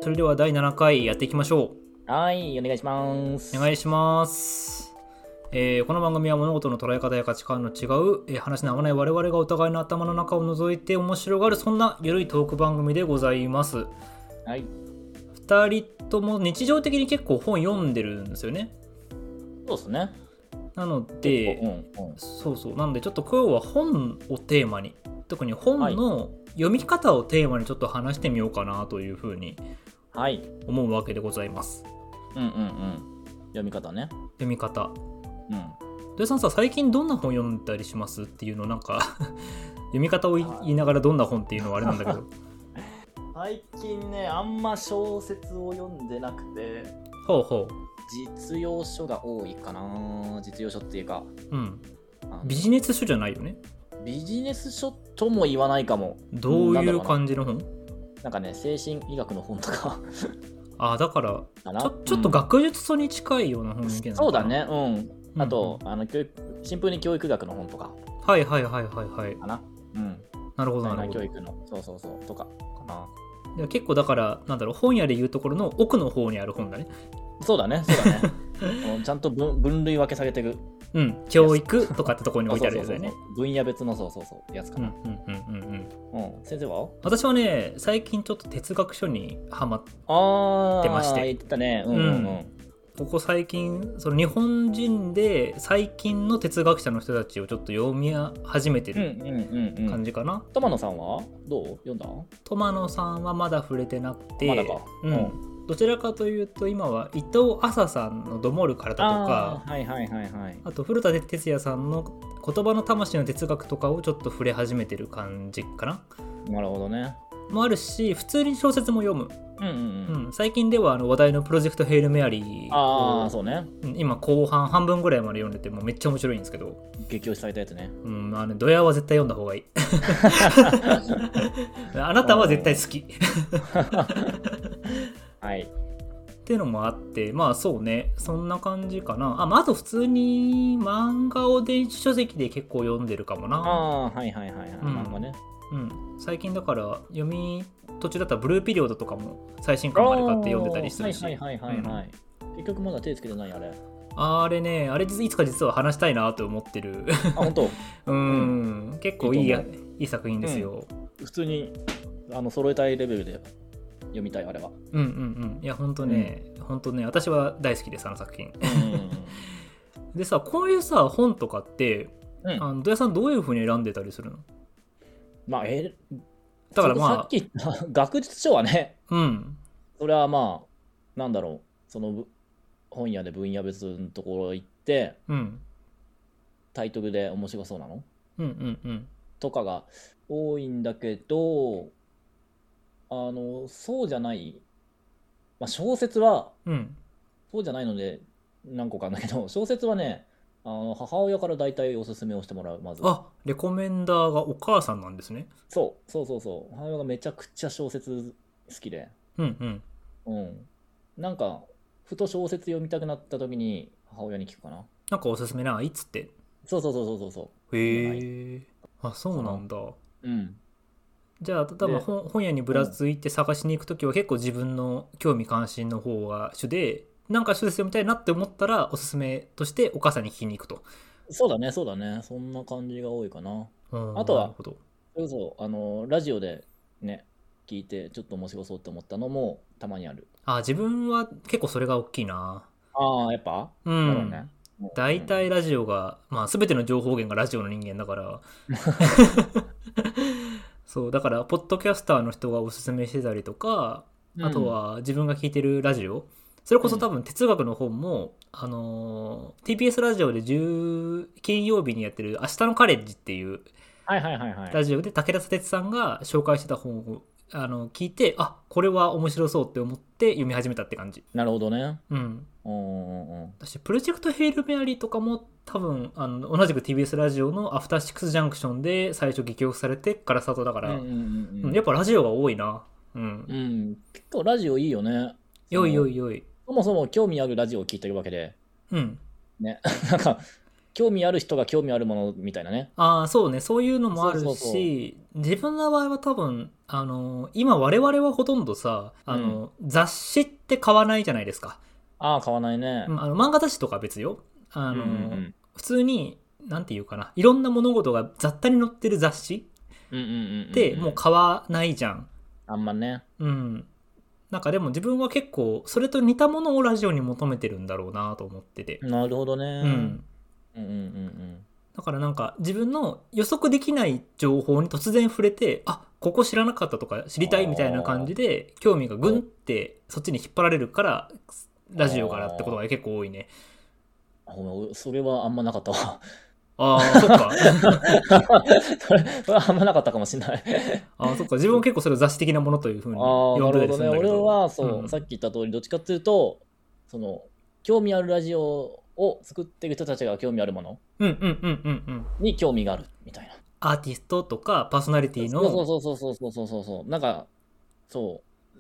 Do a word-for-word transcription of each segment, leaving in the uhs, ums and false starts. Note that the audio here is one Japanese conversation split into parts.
それではだいななかいやっていきましょう。はい、お願いします。 お願いします。えー、この番組は物事の捉え方や価値観の違う、えー、話の合わない我々がお互いの頭の中を覗いて面白がる、そんなゆるいトーク番組でございます。 はい。 ふたりとも日常的に結構本読んでるんですよね。 そうですね。 なので、うんうん、そうそうなのでちょっと今日は本をテーマに、特に本の読み方をテーマにちょっと話してみようかなというふうに思うわけでございます。 うんうんうん。読み方ね。 読み方。 うん。 土井さんさ、最近どんな本読んだりしますっていうの、なんか読み方を言いながらどんな本っていうのはあれなんだけど最近ね、あんま小説を読んでなくて、 ほうほう、 実用書が多いかな。実用書っていうか、 うん、ビジネス書じゃないよね。 ビジネス書とも言わないかも。 どういう感じの本？ なんかね、精神医学の本とかあ、だからち ょ, ちょっと学術書に近いような本みたいなのかな、うん、 そうだね。うん。あと、うんうん、あの教育シンプルに教育学の本とか。 はいはいはいはいはい。 かな。うん。 なるほどなるほど。 教育のそうそうそうとかかな。 結構だからなんだろう、本屋でいうところの奥の方にある本だね。 そうだねそうだねちゃんと 分, 分類分けされてる、 うん、教育とかってところに置いてあるやつだよね。 分野別のそうそうそうやつかな。 うんうんうんうんうん。 先生は？ 私はね、最近ちょっと哲学書にハマってまして。 ああ、言ってたね。うんうんうん。うん、 ここ最近その日本人で最近の哲学者の人たちをちょっと読み始めてる感じかな。 友野さんはどう読んだ？ 友野さんはまだ触れてなくて、 まだか。 うん。うん、どちらかというと今は伊藤麻さんの「どもる体」とか、 あ、はいはいはいはい、 あと古田哲也さんの「言葉の魂の哲学」とかをちょっと触れ始めてる感じかな。 なるほどね。 もあるし、普通に小説も読む。 うんうんうんうん、最近ではあの話題のプロジェクトヘイルメアリーを、あ、そうね、 今後半半分ぐらいまで読んでて、もうめっちゃ面白いんですけど、 激推しされたやつね。 うん、あのドヤは絶対読んだ方がいいあなたは絶対好きはいっていうのもあって、まあそうね、そんな感じかな。あ、まあ、あと普通に漫画を電子書籍で結構読んでるかもな。 ああ、はいはいはいはい、うん、漫画ね。 うん、最近だから読み途中だったらブルーピリオドとかも最新刊まで買って読んでたりするし。 はいはいはいはいはい、うん、結局まだ手つけてないあれ。 あれね、あれいつか実は話したいなと思ってる。 あ、本当。 うん、うん、結構いい、いい、いい作品ですよ。 うん、普通にあの揃えたいレベルで読みたいあれは。 うんうんうん。いや本当ね、うん、本当ね、私は大好きですあの作品。うん、でさ、こういうさ本とかって、うん、あの土屋さんどういう風に選んでたりするの？ まあえだからまあさっき言った学術書はね、 うん、 それはまあなんだろう、その本屋で分野別のところ行って、うん、タイトルで面白そうなの、 うんうんうん、 とかが多いんだけど、あのそうじゃない、まあ、小説は、うん、そうじゃないので何個かあるんだけど、小説はね、あの母親から大体おすすめをしてもらう。まず、 あ、レコメンダーがお母さんなんですね。 そうそうそうそう、母親がめちゃくちゃ小説好きで、 うんうん、 うん、なんかふと小説読みたくなった時に母親に聞くかな。 なんかおすすめないっつって。 そうそうそうそうそう。 へえ、あ、そうなんだ。 うん。 じゃあ多分本屋にぶらついて探しに行くときは結構自分の興味関心の方が主で、なんか小説読みたいなって思ったらおすすめとしてお母さんに聞きに行くと。 そうだねそうだね、そんな感じが多いかな。あとはそうそう、あのラジオでね聞いてちょっと面白そうって思ったのもたまにある。 あ、自分は結構それが大きいな。 ああ、やっぱうん、だろうね。大体ラジオが、まあ全ての情報源がラジオの人間だからそうだから、ポッドキャスターの人がおすすめしてたりとか、うん、あとは自分が聞いてるラジオ、それこそ多分哲学の本も、うん、あのー、ティーピーエス ラジオで金曜日にやってる明日のカレッジっていうラジオで武田砂鉄さんが紹介してた本をあの聞いて、あ、これは面白そうって思って読み始めたって感じ。 なるほどね。 うん。私プロジェクトヘイルメアリーとかも多分あの同じく ティービーエス ラジオのアフターシックスジャンクションで最初激推しされてからスタートだから、うんうんうん、やっぱラジオが多いな。うん、うん、 結構ラジオいいよね。 よいよいよい。 そもそも興味あるラジオを聞いてるわけで、 うん、 ね、なんか興味ある人が興味あるものみたいなね。 ああ、そうね。そういうのもあるし、 そうそうそう自分の場合は多分、あの、今我々はほとんどさ、あの、うん、雑誌って買わないじゃないですか。 ああ、買わないね。 あの漫画雑誌とか別よ。あの、うんうんうん、普通に、なんていうかな。いろんな物事が雑多に載ってる雑誌ってもう買わないじゃん。 あんまね。 うん。なんかでも自分は結構それと似たものをラジオに求めてるんだろうなと思ってて。 なるほどね。うん。 うんうんうんうん。だからなんか自分の予測できない情報に突然触れて、あ、ここ知らなかったとか知りたいみたいな感じで興味がぐんってそっちに引っ張られるからラジオからってことが結構多いね。 あ、それはあんまなかったわ。 ああ、そっか。 それはあんまなかったかもしれない。 ああ、そっか。自分は結構それを雑誌的なものというふうに呼んでたりするんだけど。 ああ、なるほどね。俺はそう、うん、さっき言った通り、どっちかっていうと、その、興味あるラジオを作ってる人たちが興味あるものに興味があるみたいな。 アーティストとかパーソナリティの。 そうそうそうそうそうそうそうそう。なんか、そう。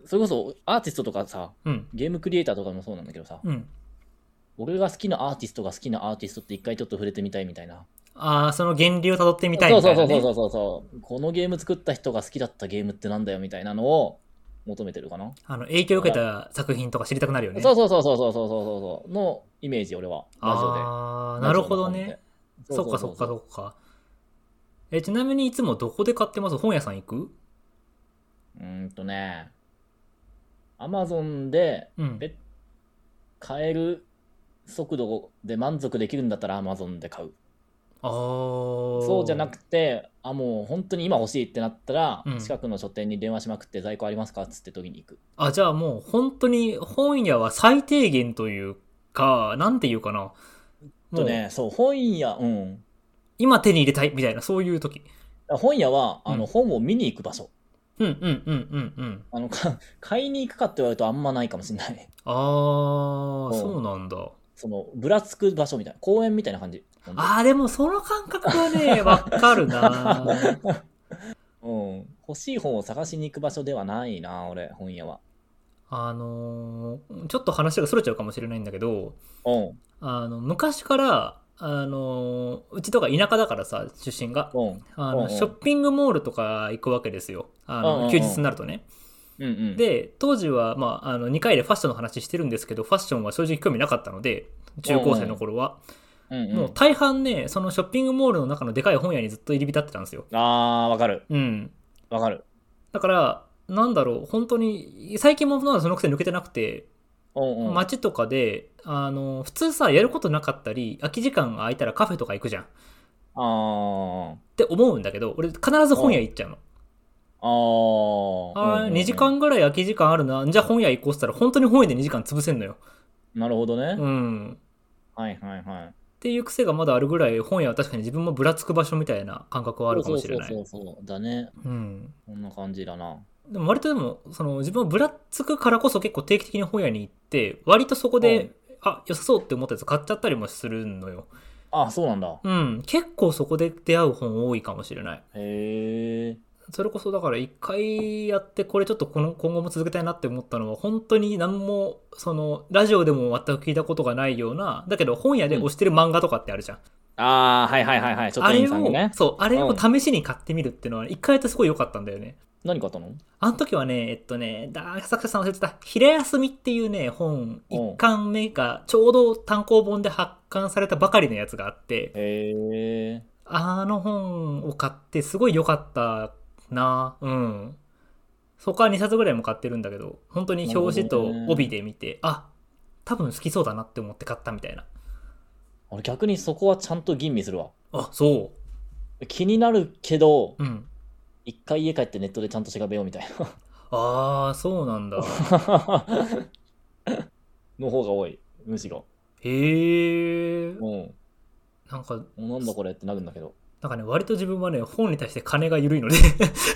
それこそアーティストとかさ、うん、ゲームクリエイターとかもそうなんだけどさ、うん、俺が好きなアーティストが好きなアーティストって一回ちょっと触れてみたいみたいな。 ああ、その原理をたどってみたいみたいな、ね。 そうそうそうそうそう。このゲーム作った人が好きだったゲームってなんだよみたいなのを求めてるかな。 あの影響を受けた作品とか知りたくなるよね。 そうそうそうそうそうそうそうのイメージ俺はラジオで。 ああ、なるほどね。そっかそっかそっか。え、ちなみにいつもどこで買ってます？本屋さん行く？ うーんとね、アマゾンで、うん、買える速度で満足できるんだったらアマゾンで買う。 あ、 そうじゃなくて、あ、もう本当に今欲しいってなったら、うん、近くの書店に電話しまくって在庫ありますかっつって時に行く。 あ、じゃあもう本当に本屋は最低限というか、なんていうかな。 とね、そう、本屋、うん。 今手に入れたいみたいな、そういう時。 本屋は、あの、うん、本を見に行く場所。 うんうんうんうんうん。 あの、買いに行くかって言われるとあんまないかもしれない。 ああ、そうなんだ。 その、ぶらつく場所みたいな、公園みたいな感じ。 ああ、でもその感覚はね、わかるな。 うん。欲しい本を探しに行く場所ではないな、俺、本屋は。 あのー、ちょっと話がそれちゃうかもしれないんだけど、 うん、 あの昔からあのうちとか田舎だからさ出身が、うん、あの、うんうん、ショッピングモールとか行くわけですよ、あの、うんうん、休日になるとね、 うんうん、 で当時は、まあ、あのにかいでファッションの話してるんですけどファッションは正直興味なかったので中高生の頃は、うんうん、もう大半ねそのショッピングモールの中のでかい本屋にずっと入り浸ってたんですよ。 あーわかる、 うんわかる。 だからなんだろう本当に最近もまだそのくせ抜けてなくて、 うんうん、 街とかであの普通さやることなかったり空き時間が空いたらカフェとか行くじゃんあって思うんだけど俺必ず本屋行っちゃうの。 ああ、にじかんぐらい空き時間あるな、じゃあ本屋行こうっつったら本当に本屋でにじかん潰せんのよ。 なるほどね。 うんはいはいはい。 っていう癖がまだあるぐらい本屋は確かに自分もぶらつく場所みたいな感覚はあるかもしれない。 そうそうそうそうだね。 うん。 こんな感じだな。 でも割とでもその自分はぶらつくからこそ結構定期的に本屋に行って割とそこで、うん、あ良さそうって思ったやつ買っちゃったりもするのよ。 あ、そうなんだ。 うん、結構そこで出会う本多いかもしれない。 へえ。 それこそだから一回やってこれちょっとこの今後も続けたいなって思ったのは本当に何もそのラジオでも全く聞いたことがないようなだけど本屋で推してる漫画とかってあるじゃん、うん、 ああはいはいはいはいちょっといいさんね、 そうあれを試しに買ってみるっていうのは一回やってすごい良かったんだよね。 何買ったの？ あの時はねえっとねだ作者さん忘れてた平休みっていうね本いっかんめがちょうど単行本で発刊されたばかりのやつがあってへえあの本を買ってすごい良かったな。うん。そこはにさつぐらいも買ってるんだけど本当に表紙と帯で見てあ多分好きそうだなって思って買ったみたいな。 俺逆にそこはちゃんと吟味するわ。 あ、そう。 気になるけど、 うん、 一回家帰ってネットでちゃんと調べようみたいなああそうなんだの方が多いむしろ。 へえ。 うんなんかなんだこれってなるんだけどなんかね割と自分はね本に対して金が緩いので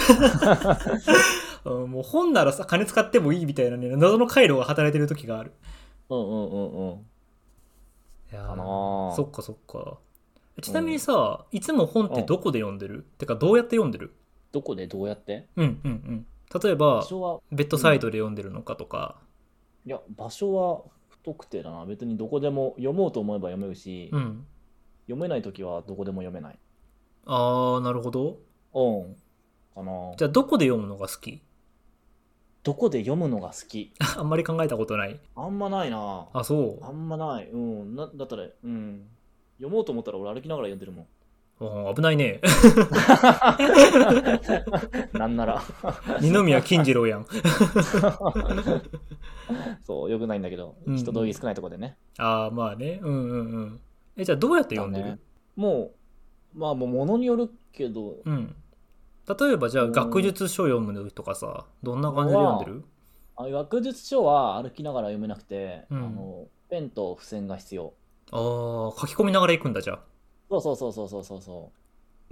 もう本ならさ金使ってもいいみたいなね謎の回路が働いてる時がある。 うんうんうんうん。 いやかなそっかそっか。ちなみにさ、うん、いつも本ってどこで読んでる、うん、てかどうやって読んでる？ どこでどうやって？ うんうんうん。例えばベッドサイトで読んでるのかとか、 うん、いや場所は不特定だな。別にどこでも読もうと思えば読めるし、 うん、 読めないときはどこでも読めない。 ああ、なるほど。 うんかな。 じゃあどこで読むのが好き？ どこで読むのが好き？ あんまり考えたことない。 あんまないな。 あ、そう。 あんまない。うんなだったら、うん、読もうと思ったら俺歩きながら読んでるもん。 あ、危ないね。 なんなら二宮金次郎やん。 そうよくないんだけど、 うん、 人通り少ないとこでね。 ああ、まあね。うんうんうん。え、じゃあどうやって読んでる？ ね、もうまあもうものによるけど、 うん、例えばじゃあ学術書読むのとかさ、どんな感じで読んでる？ あ、学術書は歩きながら読めなくて、うん、あのペンと付箋が必要。 ああ、書き込みながら行くんだ。じゃあそうそうそうそうそうそうそう。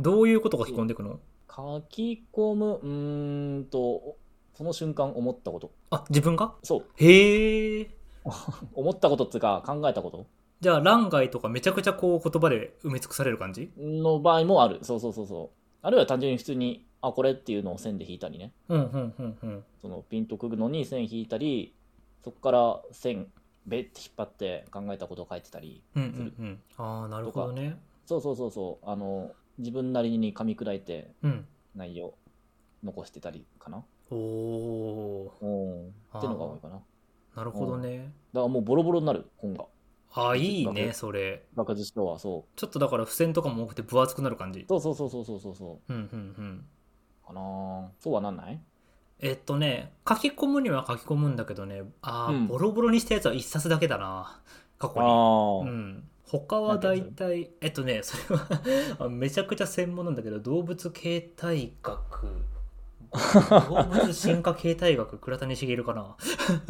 どういうこと書き込んでいくの？ 書き込むうーんとその瞬間思ったこと。 あ、自分が？ そう。 へえ。 思ったことっていうか考えたこと。 じゃあ欄外とかめちゃくちゃこう言葉で埋め尽くされる感じの場合もある。そうそうそうそう。あるいは単純に普通にあこれっていうのを線で引いたりね。 うんうんうんうん。 そのピンとくぐのに線引いたり、そこから線べって引っ張って考えたことを書いてたりする。 うんうんうん。ああ、なるほどね。 そうそうそうそう。あの自分なりに噛み砕いて内容残してたりかな。 うん、おお。っていうのが多いかな。 なるほどね。 だからもうボロボロになる本が。 ああ、いいねそれ。 学術書はそう。 ちょっとだから付箋とかも多くて分厚くなる感じ。 そうそうそうそうそうそうそう。 うんうんうん。 かな。そうはなんない？ えっとね、書き込むには書き込むんだけどね、ああ、うん、ボロボロにしたやつは一冊だけだな、過去に。あ、うん。他は大体、えっとね、それはめちゃくちゃ専門なんだけど、動物形態学、動物進化形態学、倉谷茂かな。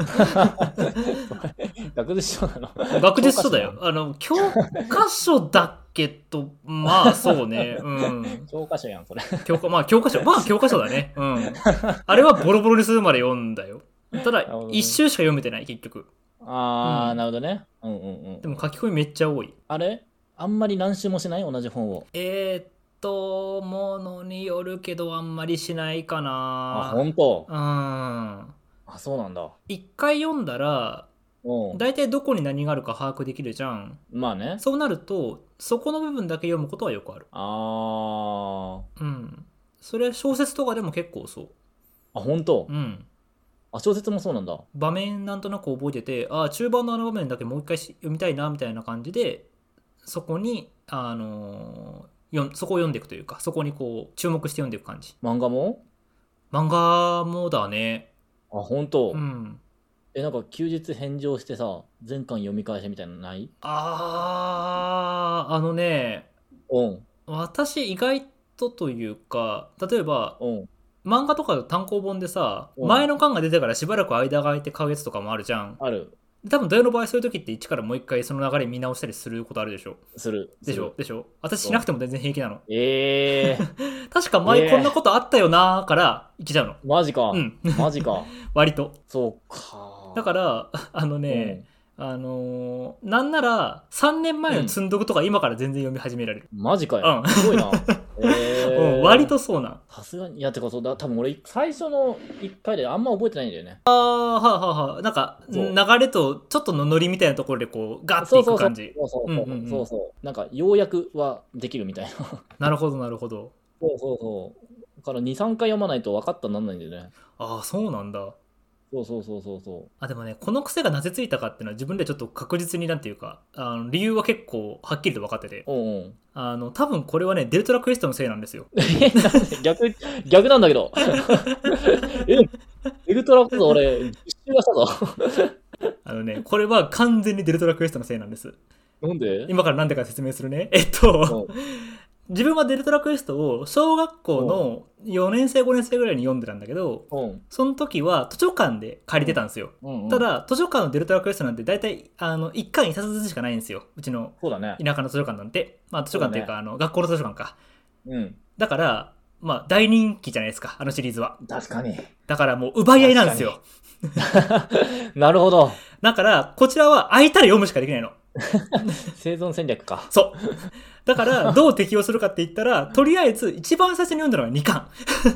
学術書なの？ 学術書だよ。あの、教科書だけど、まあそうね。うん。 教科書やん、それ。 教科、まあ教科書、まあ教科書だね。うん。あれはボロボロにするまで読んだよ。ただ、一周しか読めてない、結局。 あー、うん、なるほどね。うんうんうん。 でも書き込みめっちゃ多い。 あれあんまり何周もしない？同じ本を。 えー、っと、ものによるけど、あんまりしないかな。 あ、ほんと？ うん。あ、 そうなんだ。 一回読んだら、大体どこに何があるか把握できるじゃん。 まあね。 そうなると、そこの部分だけ読むことはよくある。 あー。うん。それ小説とかでも結構そう。 あ、ほんと？ うん。 あ、小説もそうなんだ。 場面なんとなく覚えてて、あ、中盤のあの場面だけもう一回読みたいなみたいな感じで、そこにあのー、そこを読んでいくというか、そこにこう注目して読んでいく感じ。 漫画も？ 漫画もだね。 あ、ほんと？ うん。 え、なんか休日返上してさ、全巻読み返しみたいなのない？ あー、あのね、 うん。 私意外とというか、例えば、 うん。 漫画とか単行本でさ、前の巻が出てからしばらく間が空いて買うやつとかもあるじゃん。 ある。 多分土曜の場合そういう時って一からもう一回その流れ見直したりすることあるでしょ。 する。 でしょでしょ私しなくても全然平気なの。 ええー。 確か前こんなことあったよなーからいけちゃうの。 マジか。 うん。 マジか。 割と。 そうか。 だから、あのね、うん、あのー、なんならさんねんまえの積んどくとか今から全然読み始められる。 マジかよ。 うん、 すごいな。えー、 うん、割とそうなん。 さすがに。いや、てかそうだ、多分俺最初のいっかいであんま覚えてないんだよね。 ああ、はあはあはあ。なんか流れとちょっとのノリみたいなところでこうガッていく感じ。 そうそうそう。そうそうそう。そうそう。なんかようやくはできるみたいな。 なるほどなるほど。 そうそうそう。だからにさんかい読まないと分かったなんないんだよね。 ああ、そうなんだ。 そうそうそうそうそう。 あ、でもね、この癖がなぜついたかっていうのは自分でちょっと確実になんていうか、あの理由は結構はっきりと分かってて、 うんうん、 あの多分これはねデルトラクエストのせいなんですよ。 逆逆なんだけど。え、デルトラこそ俺一周がしたぞ。 あのね、これは完全にデルトラクエストのせいなんです。 なんで？ 今からなんでか説明するね。えっと、自分はデルトラクエストを小学校のよねん生ごねん生ぐらいに読んでたんだけど、その時は図書館で借りてたんですよ、うんうんうん、ただ図書館のデルトラクエストなんて大体あのいっかんいっさつずつしかないんですよ、うちの田舎の図書館なんて、まあ、図書館っていうか、ね、あの学校の図書館か、うん、だからまあ大人気じゃないですか、あのシリーズは。 確かに。 だからもう奪い合いなんですよ。 なるほど。 だからこちらは空いたら読むしかできないの。 生存戦略か。 そう。だからどう適用するかって言ったら、とりあえず一番最初に読んだのはにかん。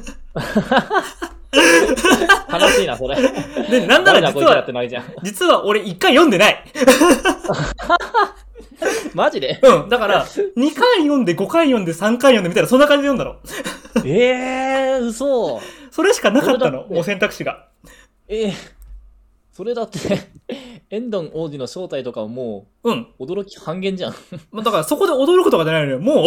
悲しいなそれ。 でなんなら実は実は俺いっかい読んでない。 マジで？ うん。だから、にかい読んで、ごかい読んで、さんかい読んでみたいな、そんな感じで読んだの。 えー、嘘。 それしかなかったの、もう選択肢が。 えー、それだって、エンドン王子の正体とかはもう、うん。驚き半減じゃん。 だからそこで驚くとかじゃないのよ、もう。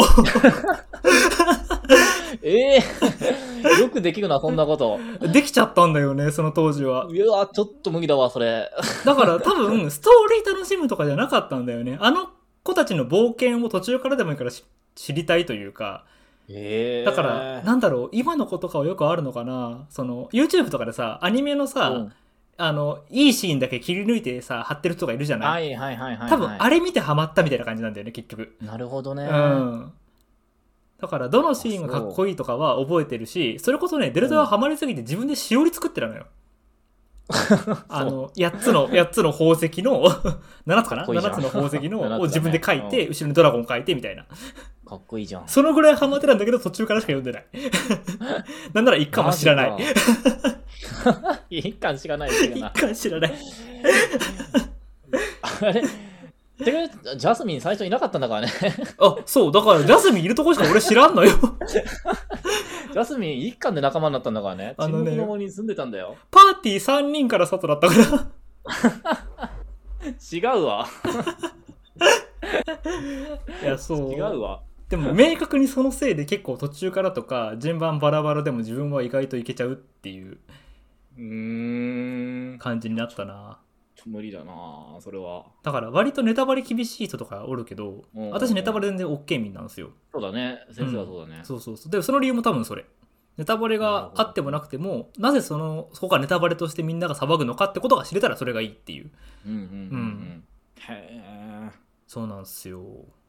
ええー、よくできるな、そんなこと。 できちゃったんだよね、その当時は。 いや、ちょっと無理だわ、それ。 だから多分、ストーリー楽しむとかじゃなかったんだよね。あの子たちの冒険を途中からでもいいから知りたいというか。 えー、 だから、なんだろう、今の子とかはよくあるのかな。その、YouTube とかでさ、アニメのさ、うん、あの、いいシーンだけ切り抜いてさ、貼ってる人がいるじゃない。 はいはいはいはい、はい。 多分、あれ見てハマったみたいな感じなんだよね、結局。 なるほどね。 うん。だからどのシーンがかっこいいとかは覚えてるし、それこそねデルタはハマりすぎて自分でしおり作ってたのよ。あのやっつのやっつの宝石のななつかなななつの宝石のを自分で書いて、うん、後ろにドラゴン書いてみたいな。 かっこいいじゃん。 そのぐらいハマってたんだけど途中からしか読んでない。なんなら一巻も知らない。 一巻知らないですよな。 一巻知らない。 あれてかジャスミン最初いなかったんだからね。 あ、そうだからジャスミンいるとこしか俺知らんのよ。 ジャスミン一巻で仲間になったんだからね。沈黙の森に住んでたんだよ。 パーティーさんにんから外だったから。 違うわ。 いやそう違うわ。 でも明確にそのせいで結構途中からとか順番バラバラでも自分は意外といけちゃうっていう感じになったな。 無理だなそれは。 だから割とネタバレ厳しい人とかおるけど、私ネタバレ全然 OK 民なんですよ。 そうだね、先生はそうだね、 うん、そうそうそう。でもその理由も多分それ、ネタバレがあってもなくても な, なぜそのそこがネタバレとしてみんなが騒ぐのかってことが知れたらそれがいいっていう。 うんうんうん、うん、へえ、 そうなんですよ。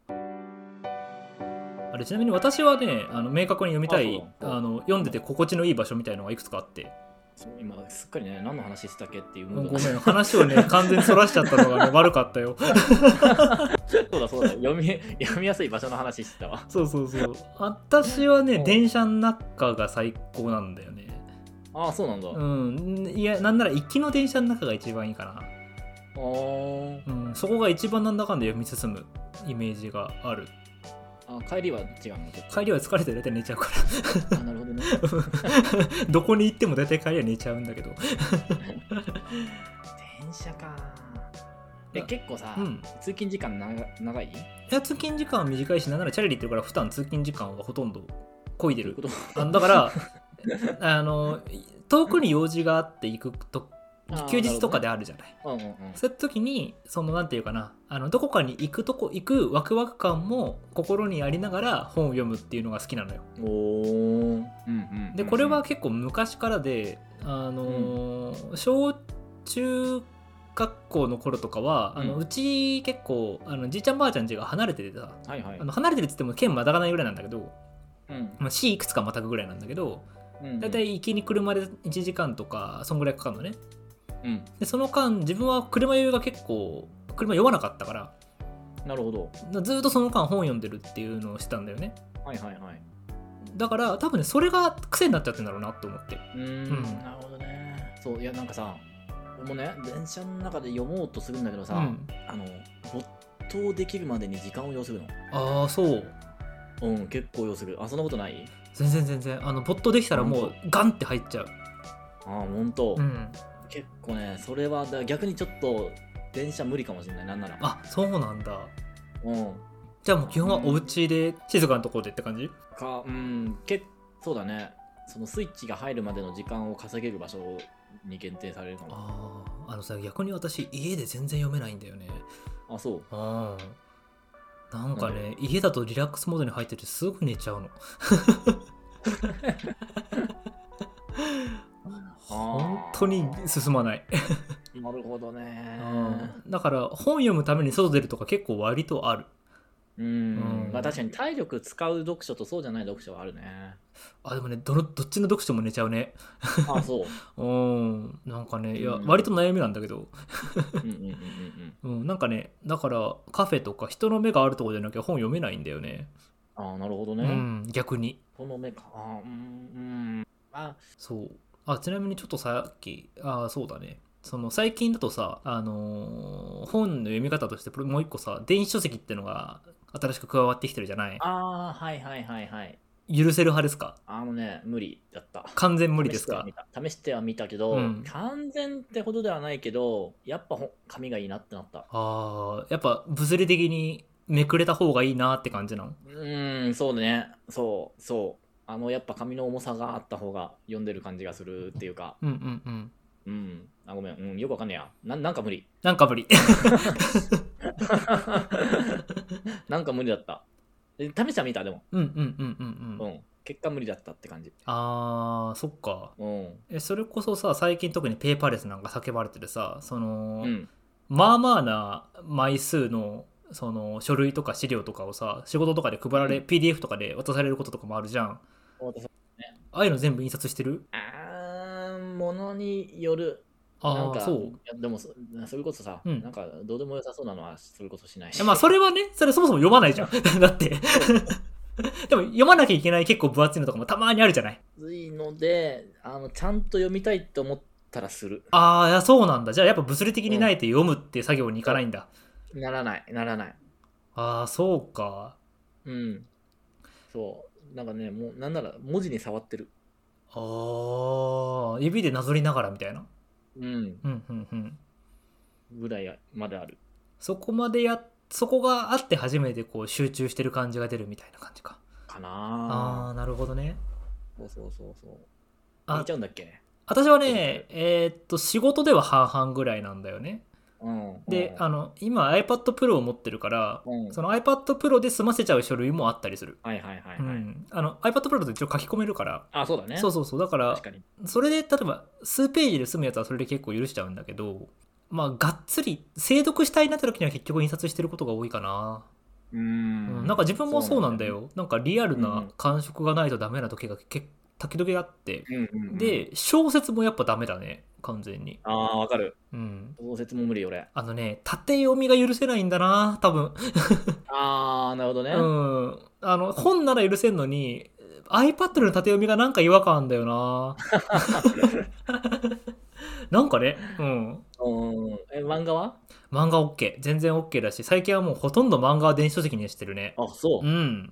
あれちなみに私はね、あの明確に読みたい、あの読んでて心地のいい場所みたいのがいくつかあって、 今すっかりね何の話してたっけっていうムード。ごめん、話をね完全にそらしちゃったのがね悪かったよ。 そうだそうだ、読み読みやすい場所の話してたわ。 そうそうそう。私はね電車の中が最高なんだよね。 ああそうなんだ。 うん、いやなんなら行きの電車の中が一番いいかな。あ、うん、そこが一番なんだかんだ読み進むイメージがある。 あ、帰りは違うの？ 帰りは疲れて大体寝ちゃうから。あ、なるほどね。 どこに行っても大体帰りは寝ちゃうんだけど。電車か。え、結構さ、うん、通勤時間長長い？いや、通勤時間は短いし、なんならチャリリーってるから普段通勤時間はほとんど漕いでる。あだからあの遠くに用事があって行くと休日とかであるじゃない。うんうんうん、そういう時にそのなんていうかな、あのどこかに行くとこ行くワクワク感も心にありながら本を読むっていうのが好きなのよ。おー、うんうんうん、でこれは結構昔からで、あのーうん、小中学校の頃とかは、うん、あのうち結構あのじいちゃんばあちゃん家が離れててさ、はいはい、あの離れてるっつっても県またがないぐらいなんだけど、うんまあ、市いくつかまたぐぐらいなんだけど、うんうん、だいたい行きに車でいちじかんとかそんぐらいかかるのね。うん、でその間自分は車酔いが結構車酔わなかったから、 なるほど、 ずっとその間本読んでるっていうのをしてたんだよね。 はいはいはい。 だから多分ねそれが癖になっちゃってんだろうなと思って。 うーん、うん、なるほどね。そういやなんかさ、俺もね電車の中で読もうとするんだけどさ、うん、あの没頭できるまでに時間を要するの。 ああそう。 うん結構要する。あそんなことない？ 全然全然、あの没頭できたらもうガンって入っちゃう。 ああ本当。 うん。 結構ねそれはだ逆にちょっと電車無理かもしれない。なんなら。 あそうなんだ。 うん。 じゃあもう基本はお家で静かなところでって感じ？ かうんけそうだね。そのスイッチが入るまでの時間を稼げる場所に限定されるかも。 あああのさ逆に私家で全然読めないんだよね。 あそう。 ああなんかね家だとリラックスモードに入っててすぐ寝ちゃうの。本当に進まない。 なるほどね、 うん、だから本読むために外出るとか結構割とある。 うん、うん、まあ確かに体力使う読書とそうじゃない読書はあるね。 あでもね ど, のどっちの読書も寝ちゃうね。 あそううんなんかねいや、うん、割と悩みなんだけどなんかねだからカフェとか人の目があるところじゃなきゃ本読めないんだよね。 あなるほどね、 うん、逆に人の目か。あうんうんあそう。あちなみにちょっとさっきあそうだねその最近だとさ、あのー本の読み方としてもう一個さ、電子書籍ってのが新しく加わってきてるじゃない。 ああ、はいはいはいはい。 許せる派ですか？ あのね、無理だった。 完全無理ですか？ 試しては見た試しては見たけど、 うん、 完全ってほどではないけど、やっぱほ紙がいいなってなった。 あー、やっぱ物理的にめくれた方がいいなって感じなの？ うーん、そうね。そうそう。あの、やっぱ紙の重さがあった方が読んでる感じがするっていうか。 うんうんうん。 うん。あ、ごめん。うん、よくわかんねえや。ななんか無理。 なんか無理。 なんか無理だった。え試しては見た、でも。 うんうんうんうんうん。 うん。結果無理だったって感じ。 あー、そっか。 うん。 え、それこそさ、最近特にペーパーレスなんか叫ばれててさ、その、 うん。 まあまあな枚数の、その書類とか資料とかをさ、仕事とかで配られ、 うん。 ピーディーエフ とかで渡されることとかもあるじゃん。 私はね。 ああいうの全部印刷してる？ あー、ものによる。なんああ、 か、いそやでもそ、それこそさ、 う。うん。 なんか、どうでも良さそうなのは、それこそしない。 えまあ、それはね、それそもそも読まないじゃん。だって。 そうそう。 でも、読まなきゃいけない結構分厚いのとかもたまにあるじゃない。 むずいので、あの、ちゃんと読みたいって思ったらする。 ああ、いや、そうなんだ。じゃあ、やっぱ物理的にうん。 ないと読むっていう作業に行かなそいんだ。 う。ならない、ならない。 ああ、そうか。 うん。そう。なんかね、もう、なんなら文字に触ってる。 ああ、指でなぞりながらみたいな。 うん。 うん、うん、うん。 ぐらいまである。 そこまでや、そこがあって初めてこう集中してる感じが出るみたいな感じか。 かなああ、なるほどね。 そうそうそうそう。見あ、 ちゃうんだっけ？ 私はどうです？ ね、えーっと、仕事では半々ぐらいなんだよね。 うん、うで、 ん、 あの、今 iPad Pro を持ってるから、 うん。 その iPad Pro で済ませちゃう書類もあったりする。 はいはいはいはい。 うん。あの、iPad Pro だと一応書き込めるから、 あ、そうだね。 そうそうそう。だから、 確かに。 それで、例えば、数ページで済むやつはそれで結構許しちゃうんだけど、まあ、がっつり、精読したいなって時には結局印刷してることが多いかな。 うーうん、なんかん、 自分もそうそうなんだよね。 なんだよ。なんかリアルうんうん。 な感触がないとダメな時が結時々あって。 うんうんうん。 で、小説もやっぱダメだね。完全に。 ああ、わかる。 うん。 小説も無理、俺。 あのね、縦読みが許せないんだな、多分。 ああ、なるほどうね。 ん。あの、本なら許せんのに、iPad での縦読みがなんか違和感あんだよな。なんかね、うん。 うん。え、漫画は？ 漫画 OK。全然 OK だし、最近はもうほとんど漫画は電子書籍にしてるね。 あ、そうん。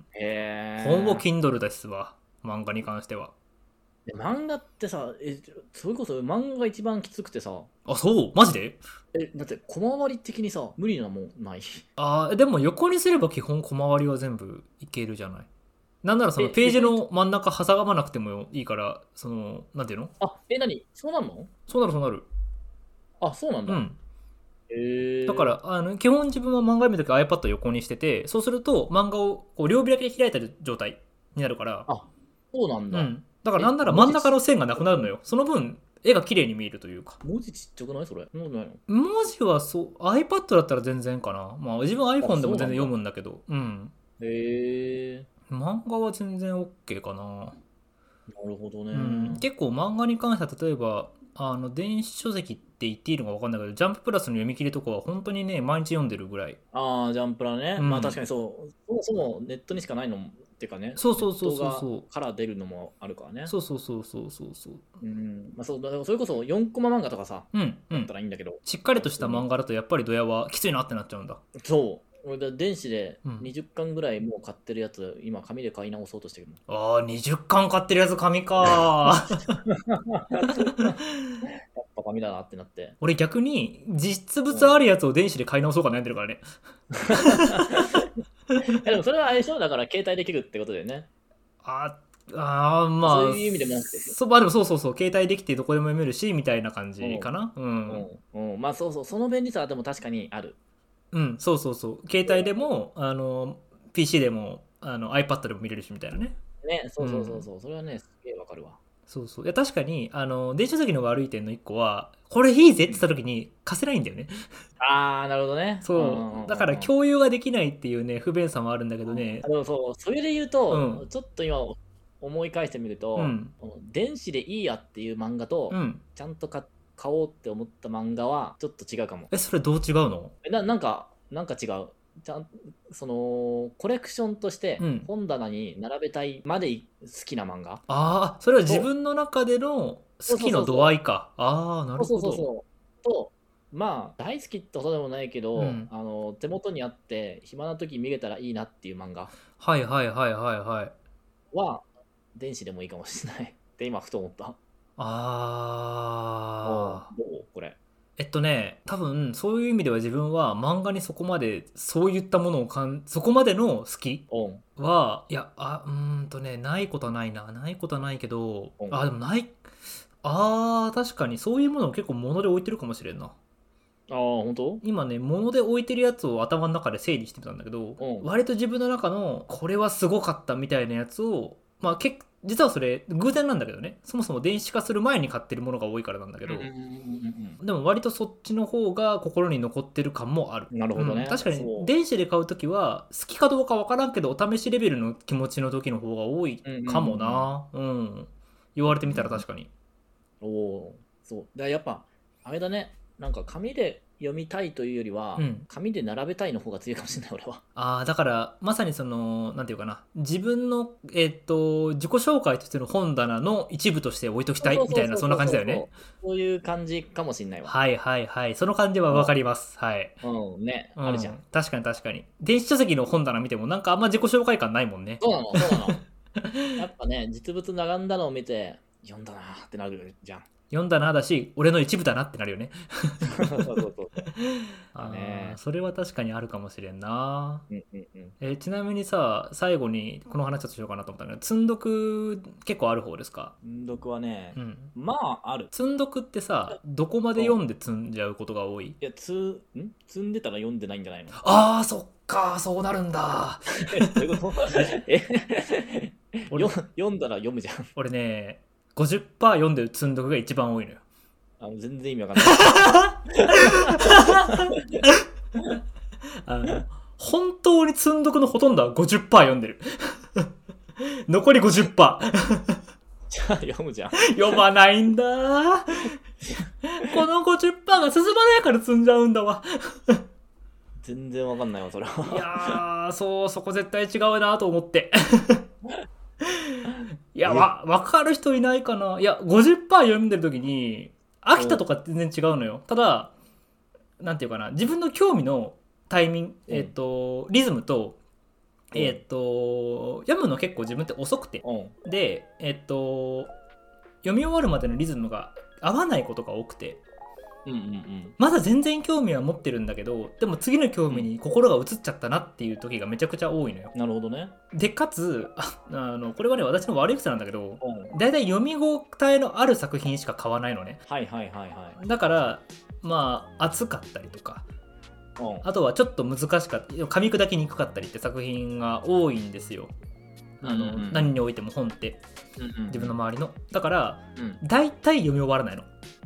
う。へほぼえ。 Kindle ですわ。漫画に関しては。 で漫画ってさ、え、それこそ漫画が一番きつくてさ、 あ、そうマジで？ え、だって小回り的にさ、無理なもんない。 あーでも横にすれば基本小回りは全部いけるじゃない。なんならそのえ、 ページ横にと、 の真ん中挟まなくてもいいから、その、なんていうの？ あ、え、何そうなんの？ そうなるそうなる。 あ、そうなんだ。 うん。だかへえ。 ら、あの、基本自分は漫画読むとき iPad を横にしてて、そうすると漫画をこう両開きで開いてる状態になるから、 あ、そうなんだ。 うん。だからなえ、 んなら真ん文字ち中の線がなくなるのよ。その分、絵が綺麗に見えるというか。 文字ちっちゃくないそれ？そんなことないの？ 文字はそう、iPad だったら全然かな。まあ自分あ、 iPhone でも全然読そうなんだ。 むんだけど、うん。 へえ。 漫画は全然 OK かな。 なるほどうん、 ね。 結構漫画に関しては例えばあの電子書籍って言っていいのか分かんないけどジャンププラスの読み切りとかは本当にね毎日読んでるぐらい。 ああ、ジャンプラね。まあ確かうん、 にそう。そもそもネットにしかないのもっていうかね、ネッそうそうそうトがそうそうから出るのもあるからね。 そうそうそうそうそうそううん。まあそう、だからそれこそよんコマ漫画とかさ、 うんうだっん。 たらいいんだけど、 しっかりとした普通に。 漫画だとやっぱりドヤはきついなってなっちゃうんだ。 そう。俺だ電子でうんにじゅっかんぐらいもう買ってるやつ、今紙で買い直そうとしてるもん。 あーにじゅっかん買ってるやつ紙かやっぱ紙だなってなって。 俺逆に実うん。 物あるやつを電子で買い直そうか悩んでるからね。 えでもそれは相性だから携帯できるってことだよね。 ああーまあそういう意味でもなくて。 そまあでもそうそうそう携帯できてどこでも読めるしみたいな感じかうん。 な。うんうん。うん。まあそうそう、その便利さはでも確かにある。 うん、そうそうそう。携帯でも、あの、ピーシー でも、あの、iPad でも見れるしみたいなね。 ね、そうそうそううん。 そう。それはね、すげえわかるわ。 そうそう。いや、確かに、あの、電子書籍の悪い点の一個は、これいいぜって言った時に貸せないんだよね。 ああ、なるほどね。うんうんそう。だからうんうん。 共有ができないっていうね、不便さもあるんだけどね。 あでもそう、それで言うと、 うん。 ちょっと今思い返してみると、 うん。 この電子でいいやっていう漫画と、 うん。 ちゃんと買買おうって思った漫画はちょっと違うかも。 え、それどう違うの？ えな、なんか、なんか違う。ちゃん、その、コレクションとしてうん。 本棚に並べたいまで好きな漫画ああ、それは自と、 分の中でのそうそう好きのそうそ度合いか。ああ、なう、そうそうそうるほど。 そう。 とまあ大好きってことでもないけど、 うん、 あの手元にあって暇な時見れたらいいなっていう漫画はいはいはいはいはいは電子でもいいかもしれないって今ふと思った。 あーどうこれ。 えっとね多分そういう意味では自分は漫画にそこまでそういったものをかんそこまでの好きはいやあうーんとねないことはないなないことはないけどあでもないあー確かにそういうものを結構物で置いてるかもしれんな。 ああ本当？ 今ね物で置いてるやつを頭の中で整理してたんだけど割と自分の中のこれはすごかったみたいなやつをまあ結実はそれ偶然なんだけどねそもそも電子化する前に買ってるものが多いからなんだけど、 うんうんうんうん、 でも割とそっちの方が心に残ってる感もある。 なるほどね、 うん、確かに電子で買うときは好きかどうかわからんけどお試しレベルの気持ちの時の方が多いかもな。うん、うんうん、言われてみたら確かに、 うん、おおそうだからやっぱあれだねなんか紙で読みたいというよりは、うん、紙で並べたいの方が強いかもしれない俺は。 ああだからまさにそのなんていうかな自分のえっと自己紹介としての本棚の一部として置いときたいみたいなそんな感じだよね。 そういう感じかもしれないわ。 はいはいはいその感じはわかります。はいうんね、うん、あるじゃん。 確かに確かに電子書籍の本棚見てもなんかあんま自己紹介感ないもんね。 そうなのそうなのやっぱね実物並んだのを見て読んだなってなるじゃん。 読んだなだし俺の一部だなってなるよね。 そうそうそうあねそれは確かにあるかもしれんな、 うんうんうんえー、ちなみにさ最後にこの話ちょっとしようかなと思ったので積んどく結構ある方ですか？ 積んどくはね、 うん、 まあある。 積んどくってさどこまで読んで積んじゃうことが多い？ いやつん積んでたら読んでないんじゃないの？ あーそっかそうなるんだどういうことえ読んだら読むじゃん。 俺ね ごじゅっパーセント 読んでる積んどくが一番多いのよ。 あの全然意味わかんないあの本当に積んどくのほとんどは ごじゅっパーセント 読んでる残り ごじゅっパーセントじゃあ読むじゃん。 読まないんだこの ごじゅっパーセント が進まないから積んじゃうんだわ全然わかんないわそれは。 いやーそうそこ絶対違うなと思っていやわ分かる人いないかな。いや ごじゅっパーセント 読んでる時に飽きたとか全然違うのよ。ただなんていうかな自分の興味のタイミング、えっとリズムとえっと読むの結構自分って遅くてでえっと読み終わるまでのリズムが合わないことが多くて、うんうんうん、まだ全然興味は持ってるんだけどでも次の興味に心が移っちゃったなっていう時がめちゃくちゃ多いのよ。 なるほどね。 でかつ あ, あのこれはね私の悪い癖なんだけどだいたい読み応えのある作品しか買わないのね。 はいはいはいはい。 だからまあ熱かったりとかあとはちょっと難しかった噛み砕きにくかったりって作品が多いんですよ。あの、うんうん、何においても本って、うんうん、自分の周りのだから、うん、大体読み終わらないの。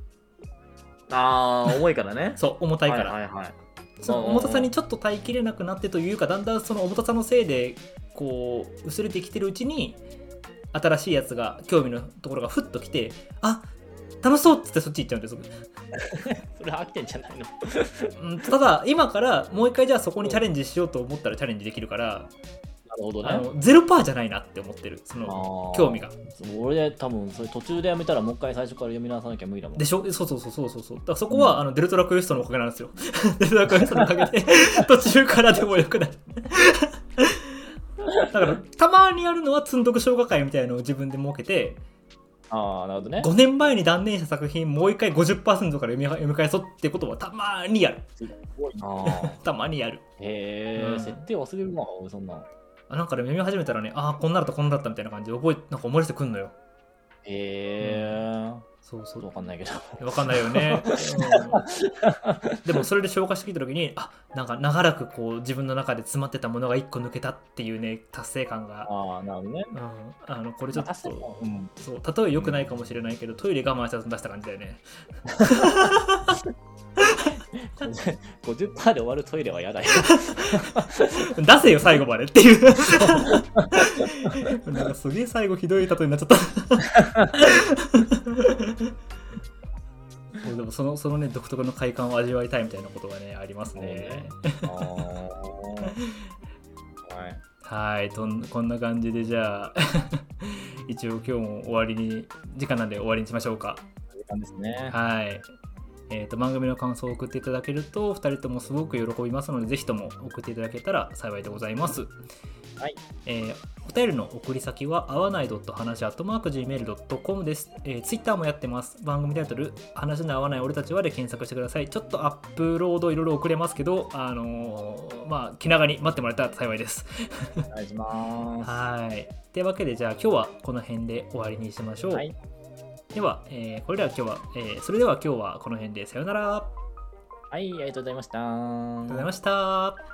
あー重いからねそう重たいから、 はいはいはい、 その重たさにちょっと耐えきれなくなってというかだんだんその重たさのせいでこう薄れてきてるうちに新しいやつが興味のところがふっときてあ楽しそうっつってそっち行っちゃうんですそれ飽きてんじゃないのただ今からもう一回じゃあそこにチャレンジしようと思ったらチャレンジできるからなるほどね、 あの ゼロパーセント じゃないなって思ってるその興味が。 俺多分それ途中でやめたらもう一回最初から読み直さなきゃ無理だもんでしょ。そうそうそうそうそうだからそこは、うん、あのデルトラクエストのおかげなんですよデルトラクエストのおかげで途中からでもよくないだからたまにやるのは積んどく消化会みたいなのを自分で設けてああなるほどね。 ごねんまえに断念した作品もう一回 ごじゅっパーセント から読み、読み返そうってことはたまにやる。 すごいなたまにやる。 へえ、うん、設定忘れるなそんな。 あなんかね読み始めたらねあこんなだったこんなだったみたいな感じで覚えなんか思い出してくんのよ。 へえ、うん、 そうそう分かんないけど分かんないよね、うん、でもそれで消化してきた時にあなんか長らくこう自分の中で詰まってたものがいっこ抜けたっていうね達成感があなるほどね、 うん、あのこれちょっと、うん、そう例え良くないかもしれないけど、うん、トイレ我慢したら出した感じだよねごじゅっパーセント で終わるトイレは嫌だよ出せよ最後までっていうなんかすげえ最後ひどい例えになっちゃったでもそのそのね独特の快感を味わいたいみたいなことがねありますね。はい、とんこんな感じでじゃあ一応今日も終わりに時間なんで終わりにしましょうか。 時間ですね。 はい。 えー、と番組の感想を送っていただけるとふたりともすごく喜びますので、ぜひとも送っていただけたら幸いでございます。 はい、 えー、お便りの送り先はあわない .話 アットマーク ジーメール ドットコム です。えー、ツイッターもやってます。番組タイトル話の合わない俺たちはで検索してください。ちょっとアップロードいろいろ遅れますけど、あのー、まあ気長に待ってもらえたら幸いですお願いします。 はいというわけで、じゃあ今日はこの辺で終わりにしましょう。はい、では、えー、これでは今日は、えー、それでは今日はこの辺でさよなら。 はい、ありがとうございました。 ありがとうございました。